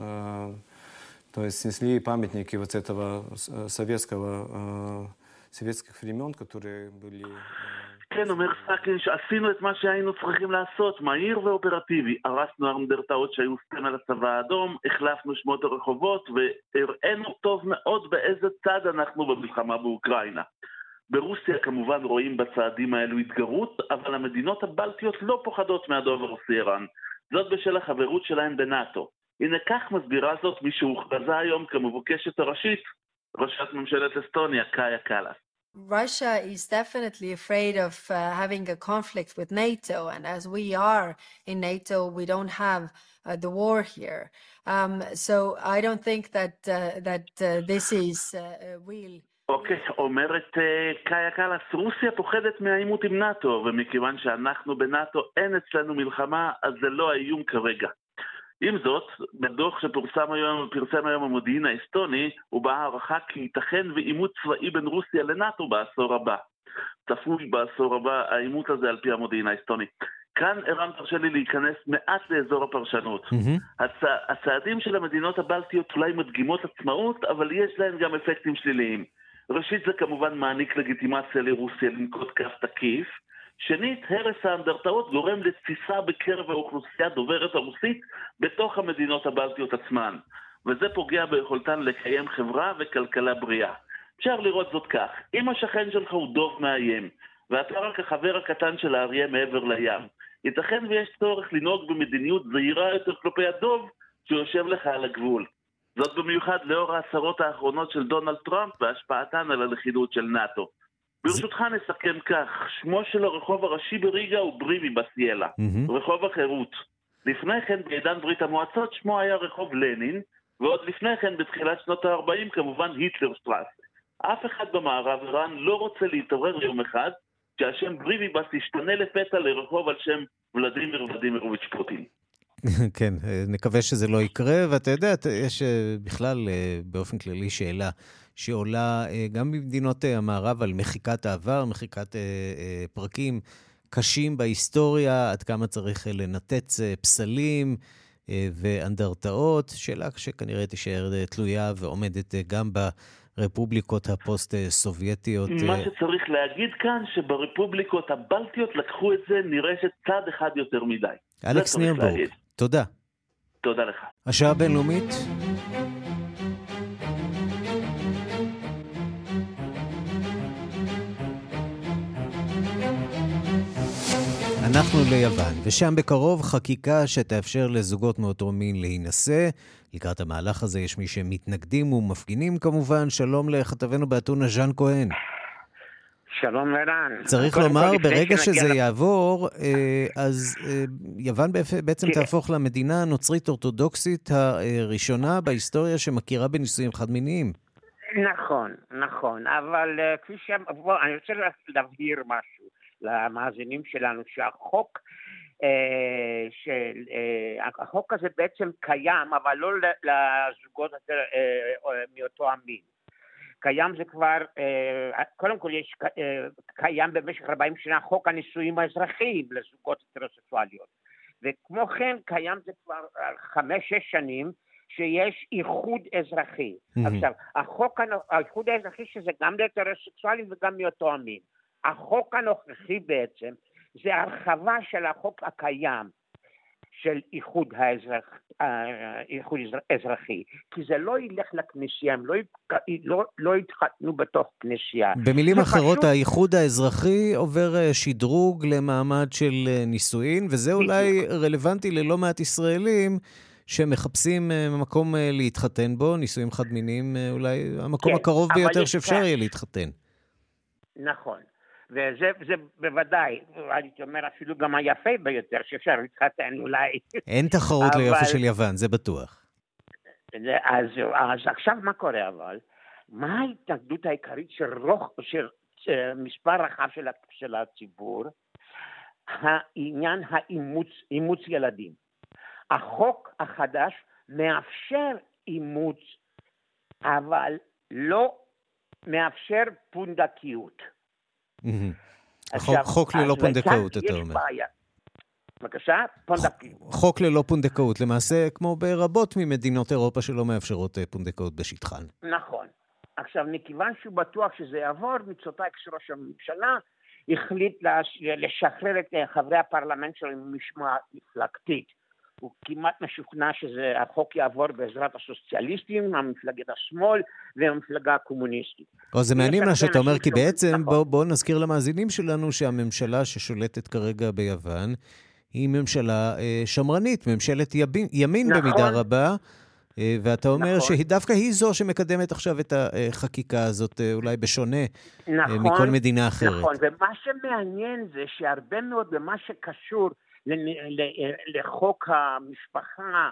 то есть снесли памятники вот этого советского, советских времен, которые были... כן, אומר סטקין, שעשינו את מה שהיינו צריכים לעשות, מהיר ואופרטיבי. הרסנו אנדרטאות שהיו סמל הצבא האדום, החלפנו שמות הרחובות, והראינו טוב מאוד באיזה צד אנחנו במלחמה באוקראינה. ברוסיה כמובן רואים בצעדים האלו התגרות, אבל המדינות הבלטיות לא פוחדות מהדוב הרוסי-איראן. זאת בשל החברות שלהן בנאטו. הנה כך מסבירה זאת מי שהוכרזה היום כמבוקשת הראשית, ראשת ממשלת אסטוניה, קאיה קאלאס. Russia is definitely afraid of uh, having a conflict with NATO, and as we are in NATO, we don't have uh, the war here. Um, so I don't think that uh, that uh, this is uh, real. אוקיי, okay, אומרת uh, קאיה קאלאס, רוסיה פוחדת מהעימות עם נאטו, ומכיוון שאנחנו בנאטו אין אצלנו מלחמה, אז זה לא האיום כרגע. עם זאת, בדוח שפורסם היום, פרסם היום המודיעין האסטוני, הוא בא הערכה כי ייתכן ועימות צבאי בין רוסיה לנאטו בעשור הבא. צפוי בעשור הבא העימות הזה על פי המודיעין האסטוני. כאן ערן תרשה לי להיכנס מעט לאזור הפרשנות. Mm-hmm. הצע, הצעדים של המדינות הבלטיות אולי מדגימות עצמאות, אבל יש להם גם אפקטים שליליים. ראשית זה כמובן מעניק לגיטימציה לרוסיה לנקוט כף תקיף. שנית, הרס האנדרטאות גורם לתסיסה בקרב האוכלוסייה דוברת הרוסית בתוך המדינות הבלטיות עצמן, וזה פוגע ביכולתן לקיים חברה וכלכלה בריאה. אפשר לראות זאת כך, אם השכן שלך הוא דוב מאיים, ואתה רק החבר הקטן של האריה מעבר לים, ייתכן ויש צורך לנהוג במדיניות זהירה יותר כלפי הדוב שיושב לך על הגבול. זאת במיוחד לאור ההצהרות האחרונות של דונלד טראמפ והשפעתן על הלכידות של נאטו. ברשותך נסכם כך, שמו של הרחוב הראשי בריגה הוא בריבי בסיאלה, mm-hmm. רחוב החירות. לפני כן בעידן ברית המועצות שמו היה רחוב לנין, ועוד לפני כן בתחילת שנות ה-ארבעים כמובן היטלרשטראסה. אף אחד במערב איראן לא רוצה להתעורר יום אחד, שהשם בריביבס ישתנה לפתע לרחוב על שם ולדימיר ולדימירוביץ' פוטין. כן, נקווה שזה לא יקרה, ואתה יודע, יש בכלל באופן כללי שאלה שעולה גם במדינות המערב על מחיקת העבר, מחיקת פרקים קשים בהיסטוריה, עד כמה צריך לנתץ פסלים ואנדרטאות, שאלה שכנראה תישאר תלויה ועומדת גם ברפובליקות הפוסט-סובייטיות. מה שצריך להגיד כאן, שברפובליקות הבלטיות לקחו את זה נרשת צד אחד יותר מדי. אלכס נירבורג, תודה. תודה לך. השעה הבינלאומית. אנחנו ליוון, ושם בקרוב חקיקה שתאפשר לזוגות מאותו מין להינשא. לקראת המהלך הזה יש מי שמתנגדים ומפגינים כמובן. שלום לכתבנו באתונה ז'אן כהן. שלום ערן. צריך לומר, ברגע שזה יעבור, אז יוון בעצם תהפוך למדינה הנוצרית אורתודוקסית הראשונה בהיסטוריה שמכירה בנישואים חד-מיניים. נכון, נכון, אבל כפי ש... אני רוצה להבהיר משהו למאזינים שלנו, שהחוק החוק הזה בעצם קיים, אבל לא לזוגות מאותו המין. קיים זה כבר, קודם כל יש קיים במשך ארבעים שנה חוק הנישואים האזרחיים לזוגות הטרוסקסואליות, וכמו כן קיים זה כבר חמש-שש שנים שיש איחוד אזרחי. עכשיו, החוק, האיחוד האזרחי שזה גם להטרוסקסואלים וגם מאותו המין. החוק הנוכחי בעצם זה הרחבה של החוק הקיים של איחוד האזרח, איחוד אזרחי, כי זה לא ילך לכנסייה, הם לא, לא, לא יתחתנו בתוך כנסייה. במילים אחרות, פשוט... האיחוד האזרחי עובר שדרוג למעמד של נישואין, וזה אולי רלוונטי ללא מעט ישראלים שמחפשים מקום להתחתן בו, נישואים חד מיניים, אולי המקום כן, הקרוב ביותר שאפשר יהיה להתחתן. נכון. וזה זה בוודאי, אני אומר אפילו גם היפה ביותר שאפשר להתחתן אולי. אין תחרות אבל... ליופי של יוון, זה בטוח. אז, אז עכשיו מה קורה אבל? מה ההתנגדות העיקרית של, רוח, של, של מספר רחב של, של הציבור? העניין האימוץ, אימוץ ילדים. החוק החדש מאפשר אימוץ, אבל לא מאפשר פונדקיות. חוק ללא פונדקאות, אתה אומר. בבקשה, פונדקאות. חוק ללא פונדקאות, למעשה כמו ברבות ממדינות אירופה שלא מאפשרות פונדקאות בשטחן. נכון. עכשיו, מכיוון שהוא בטוח שזה יעבור, מצוטט ראש הממשלה החליט לשחרר את חברי הפרלמנט שלו ממשמעת מפלגתית. הוא כמעט משוכנע שהחוק יעבור בעזרת הסוציאליסטים, המפלגת השמאל והמפלגה הקומוניסטית. זה מעניין מה שאתה אומר, כי בעצם בואו בוא נזכיר למאזינים שלנו שהממשלה ששולטת כרגע ביוון היא ממשלה אה, שמרנית, ממשלת ימין, ימין נכון. במידה רבה, אה, ואתה אומר נכון. שדווקא היא זו שמקדמת עכשיו את החקיקה הזאת, אה, אולי בשונה נכון, אה, מכל מדינה אחרת. נכון, ומה שמעניין זה שהרבה מאוד במה שקשור לחוק המשפחה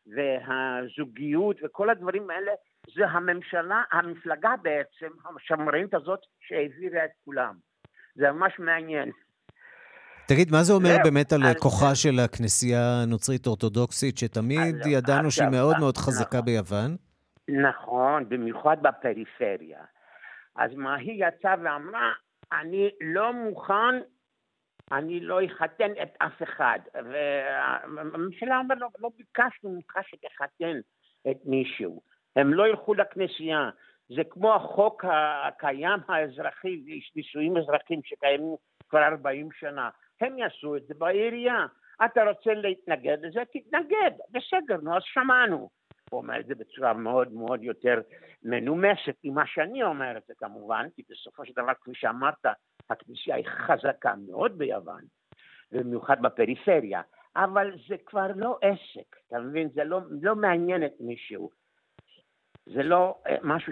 והזוגיות וכל הדברים האלה, זה הממשלה, המפלגה בעצם, השמרנית הזאת שהעבירה את כולם. זה ממש מעניין. תגיד, מה זה אומר באמת על כוחה של הכנסייה הנוצרית אורתודוקסית, שתמיד ידענו שהיא מאוד מאוד חזקה ביוון? נכון, במיוחד בפריפריה. אז מה היא יצאה ואמרה, אני לא מוכן, אני לא אחתן את אף אחד. והממשלה אמרה, לא, לא ביקשנו ממך שתחתן את מישהו. הם לא ילכו לכנסייה. זה כמו החוק הקיים האזרחי, יש נישואים אזרחיים שקיימים כבר ארבעים שנה. הם יעשו את זה בעירייה. אתה רוצה להתנגד לזה, תתנגד. בסדר, נו, אז שמענו. הוא אומר את זה בצורה מאוד מאוד יותר מנומסת ממה שאני אומר את זה כמובן, כי בסופו של דבר, כפי שאמרת, הכנסייה היא חזקה מאוד ביוון, במיוחד בפריפריה, אבל זה כבר לא עסק, אתה מבין? זה לא, לא מעניין את מישהו. זה לא משהו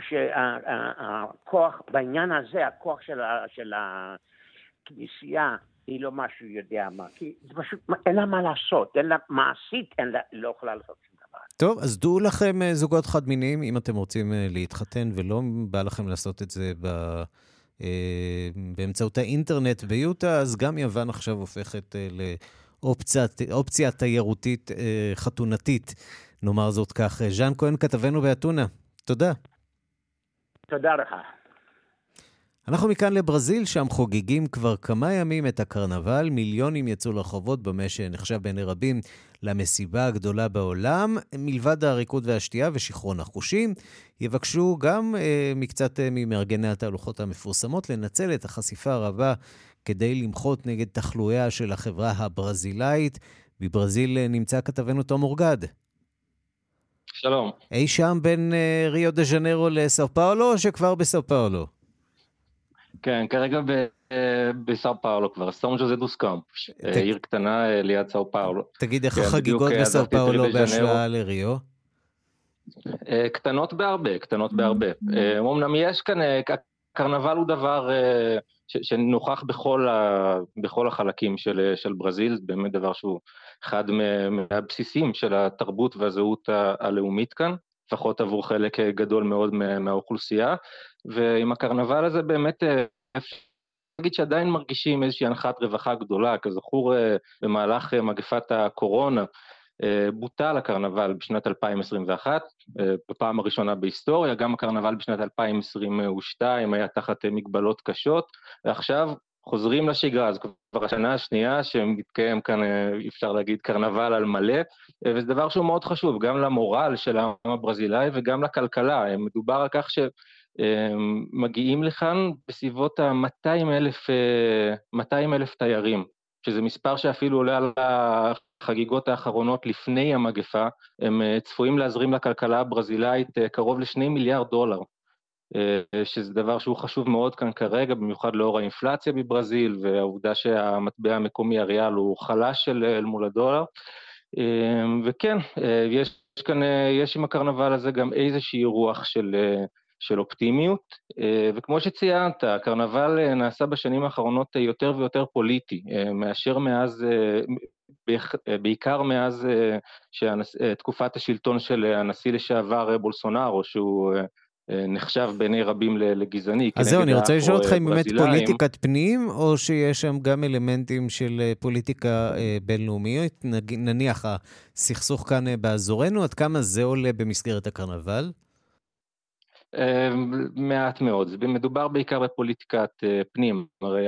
שהכוח, בעניין הזה, הכוח של, של הכנסייה, היא לא משהו יודע מה, כי זה פשוט, אין לה מה לעשות, אין לה מעשית, אין לה, לא יכולה לעשות שום דבר. טוב, אז דעו לכם זוגות חד מיניים, אם אתם רוצים להתחתן, ולא בא לכם לעשות את זה ב... באמצעות האינטרנט ביוטה, אז גם יוון עכשיו הופכת לאופציה תיירותית חתונתית, נאמר זאת כך. ז'אן כהן כתבנו באתונה, תודה. תודה לך. אנחנו מכאן לברזיל, שם חוגגים כבר כמה ימים את הקרנבל, מיליונים יצאו לרחובות במה שנחשב בעיני רבים למסיבה הגדולה בעולם, מלבד הריקוד והשתייה ושכרון החושים, יבקשו גם אה, מקצת אה, ממארגני התהלוכות המפורסמות לנצל את החשיפה הרבה כדי למחות נגד תחלואיה של החברה הברזילאית. בברזיל אה, נמצא כתבנו תום אורגד. שלום. אי שם בין אה, ריו דה ז'נרו לסאו פאולו או שכבר בסאו פאולו? כן, כרגע בסאו פאולו כבר, סאו ז'וזה דוס קאמפוס, עיר קטנה ליד סאו פאולו. תגיד, איך החגיגות בסאו פאולו בהשוואה לריו? קטנות בהרבה, קטנות בהרבה. אמנם יש כאן, הקרנבל הוא דבר שנוכח בכל החלקים של ברזיל, זה באמת דבר שהוא אחד מהבסיסים של התרבות והזהות הלאומית כאן, לפחות עבור חלק גדול מאוד מהאוכלוסייה, ועם הקרנבל הזה באמת אפשר להגיד שעדיין מרגישים איזושהי הנחת רווחה גדולה, כזכור במהלך מגפת הקורונה, בוטל הקרנבל בשנת אלפיים עשרים ואחת, בפעם הראשונה בהיסטוריה, גם הקרנבל בשנת אלפיים עשרים ושתיים היה תחת מגבלות קשות, ועכשיו חוזרים לשגרה, אז כבר השנה השנייה שמתקיים כאן, אפשר להגיד, קרנבל על מלא, וזה דבר שהוא מאוד חשוב, גם למורל של העם הברזילאי וגם לכלכלה. מדובר על כך שמגיעים לכאן בסביבות ה-מאתיים אלף תיירים, שזה מספר שאפילו עולה על החגיגות האחרונות לפני המגפה, הם צפויים להזרים לכלכלה הברזילאית קרוב לשני מיליארד דולר. שזה דבר שהוא חשוב מאוד כאן כרגע, במיוחד לאור האינפלציה בברזיל, והעובדה שהמטבע המקומי הריאל הוא חלש אל מול הדולר. וכן, יש כאן, יש עם הקרנבל הזה גם איזושהי רוח של, של אופטימיות, וכמו שציינת, הקרנבל נעשה בשנים האחרונות יותר ויותר פוליטי, מאשר מאז, בעיקר מאז תקופת השלטון של הנשיא לשעבר בולסונארו, שהוא נחשב בעיני רבים לגזעני. אז זהו, אני רוצה לשאול אותך אם באמת פוליטיקת פנים, או שיש שם גם אלמנטים של פוליטיקה בינלאומית, נניח הסכסוך כאן באזורנו, עד כמה זה עולה במסגרת הקרנבל? מעט מאוד, מדובר בעיקר בפוליטיקת פנים, הרי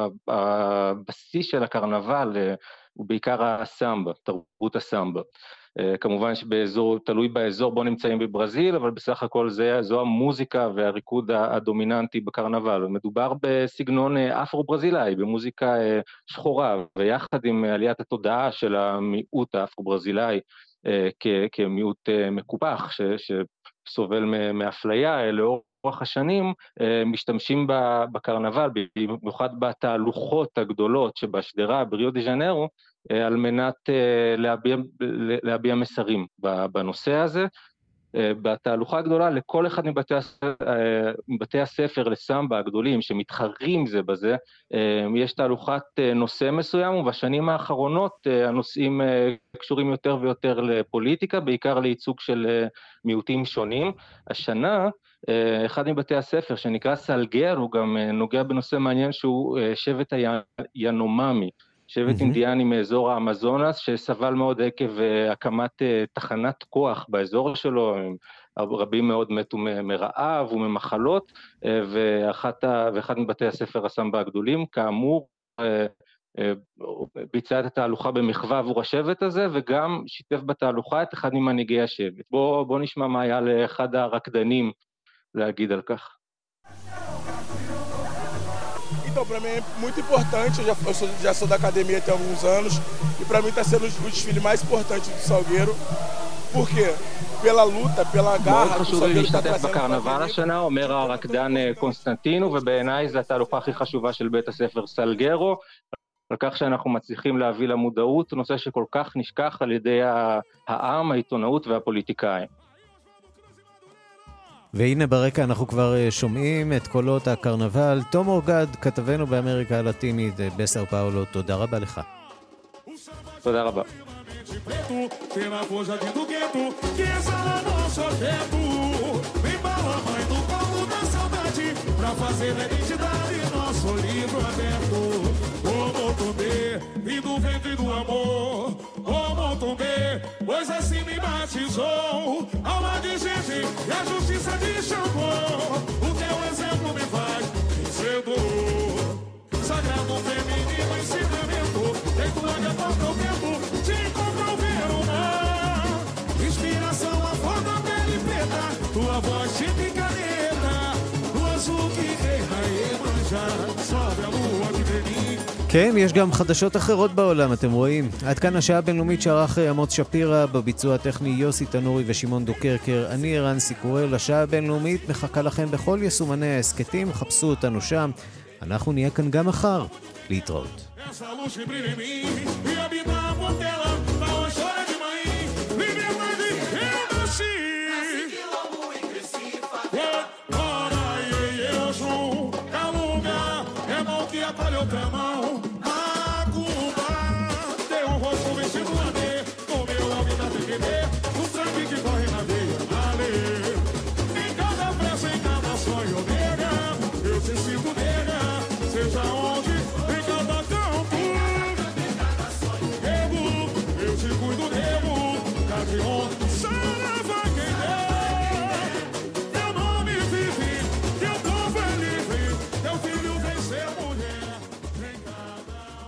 הבסיס של הקרנבל הוא בעיקר הסמבה, תרבות הסמבה. כמובן שבאזור, תלוי באזור בו נמצאים בברזיל, אבל בסך הכל זה, זו המוזיקה והריקוד הדומיננטי בקרנבל. מדובר בסגנון אפרו-ברזילאי, במוזיקה שחורה, ויחד עם עליית התודעה של המיעוט האפרו-ברזילאי כמיעוט מקופח, שסובל מאפליה לאור רוח השנים, משתמשים בקרנבל, במיוחד בתהלוכות הגדולות שבשדרה בריו דה ז'נרו, על מנת להביע, להביע מסרים בנושא הזה. בתהלוכה הגדולה, לכל אחד מבתי, מבתי הספר לסמבה הגדולים שמתחרים זה בזה, יש תהלוכת נושא מסוים, ובשנים האחרונות הנושאים קשורים יותר ויותר לפוליטיקה, בעיקר לייצוג של מיעוטים שונים. השנה, אחד מבתי הספר שנקרא סלגר, הוא גם נוגע בנושא מעניין שהוא שבט היאנוממי, שבט mm-hmm. אינדיאני מאזור האמזונס, שסבל מאוד עקב הקמת תחנת כוח באזור שלו, רבים מאוד מתו מרעב וממחלות, ואחת, ואחד מבתי הספר הסמבה הגדולים, כאמור, ביצע את התהלוכה במחווה עבור השבט הזה, וגם שיתף בתהלוכה את אחד ממנהיגי השבט. בוא, בוא נשמע מה היה לאחד הרקדנים להגיד על כך. Então, para mim é muito importante, eu já, eu sou, já sou da academia tem alguns anos, e para mim está sendo o desfile mais importante do Salgueiro, por quê? pela luta, pela garra. מאוד חשוב לי להשתתף בקרנבל השנה, אומר הרקדן קונסטנטינו, ובעיניי זו התהלוכה הכי חשובה של בית הספר סלגרו, על כך שאנחנו מצליחים להביא למודעות, נושא שכל כך נשכח על ידי העם, העיתונאות והפוליטיקאים. והנה ברקע אנחנו כבר שומעים את קולות הקרנבל. תום אורגד, כתבנו באמריקה הלטינית בסאו פאולו, תודה רבה לך. תודה רבה. Pois assim me batizou, alma de gente e a justiça de Xangô. O teu exemplo me faz vencedor. Sagrado feminino ensinamento, feito onde a porta o tempo te encontrou ver o mar. Inspiração a flor da pele preta, tua voz de caneta, do azul que reina e manjar, sobe a lua de Berlim. כן, יש גם חדשות אחרות בעולם, אתם רואים. עד כאן השעה הבינלאומית שערך עמוס שפירא, בביצוע הטכני יוסי תנורי ושמעון דוקרקר. אני ערן סיקורל. השעה הבינלאומית מחכה לכם בכל יישומני העסקתים, חפשו אותנו שם. אנחנו נהיה כאן גם מחר. להתראות. Outra mão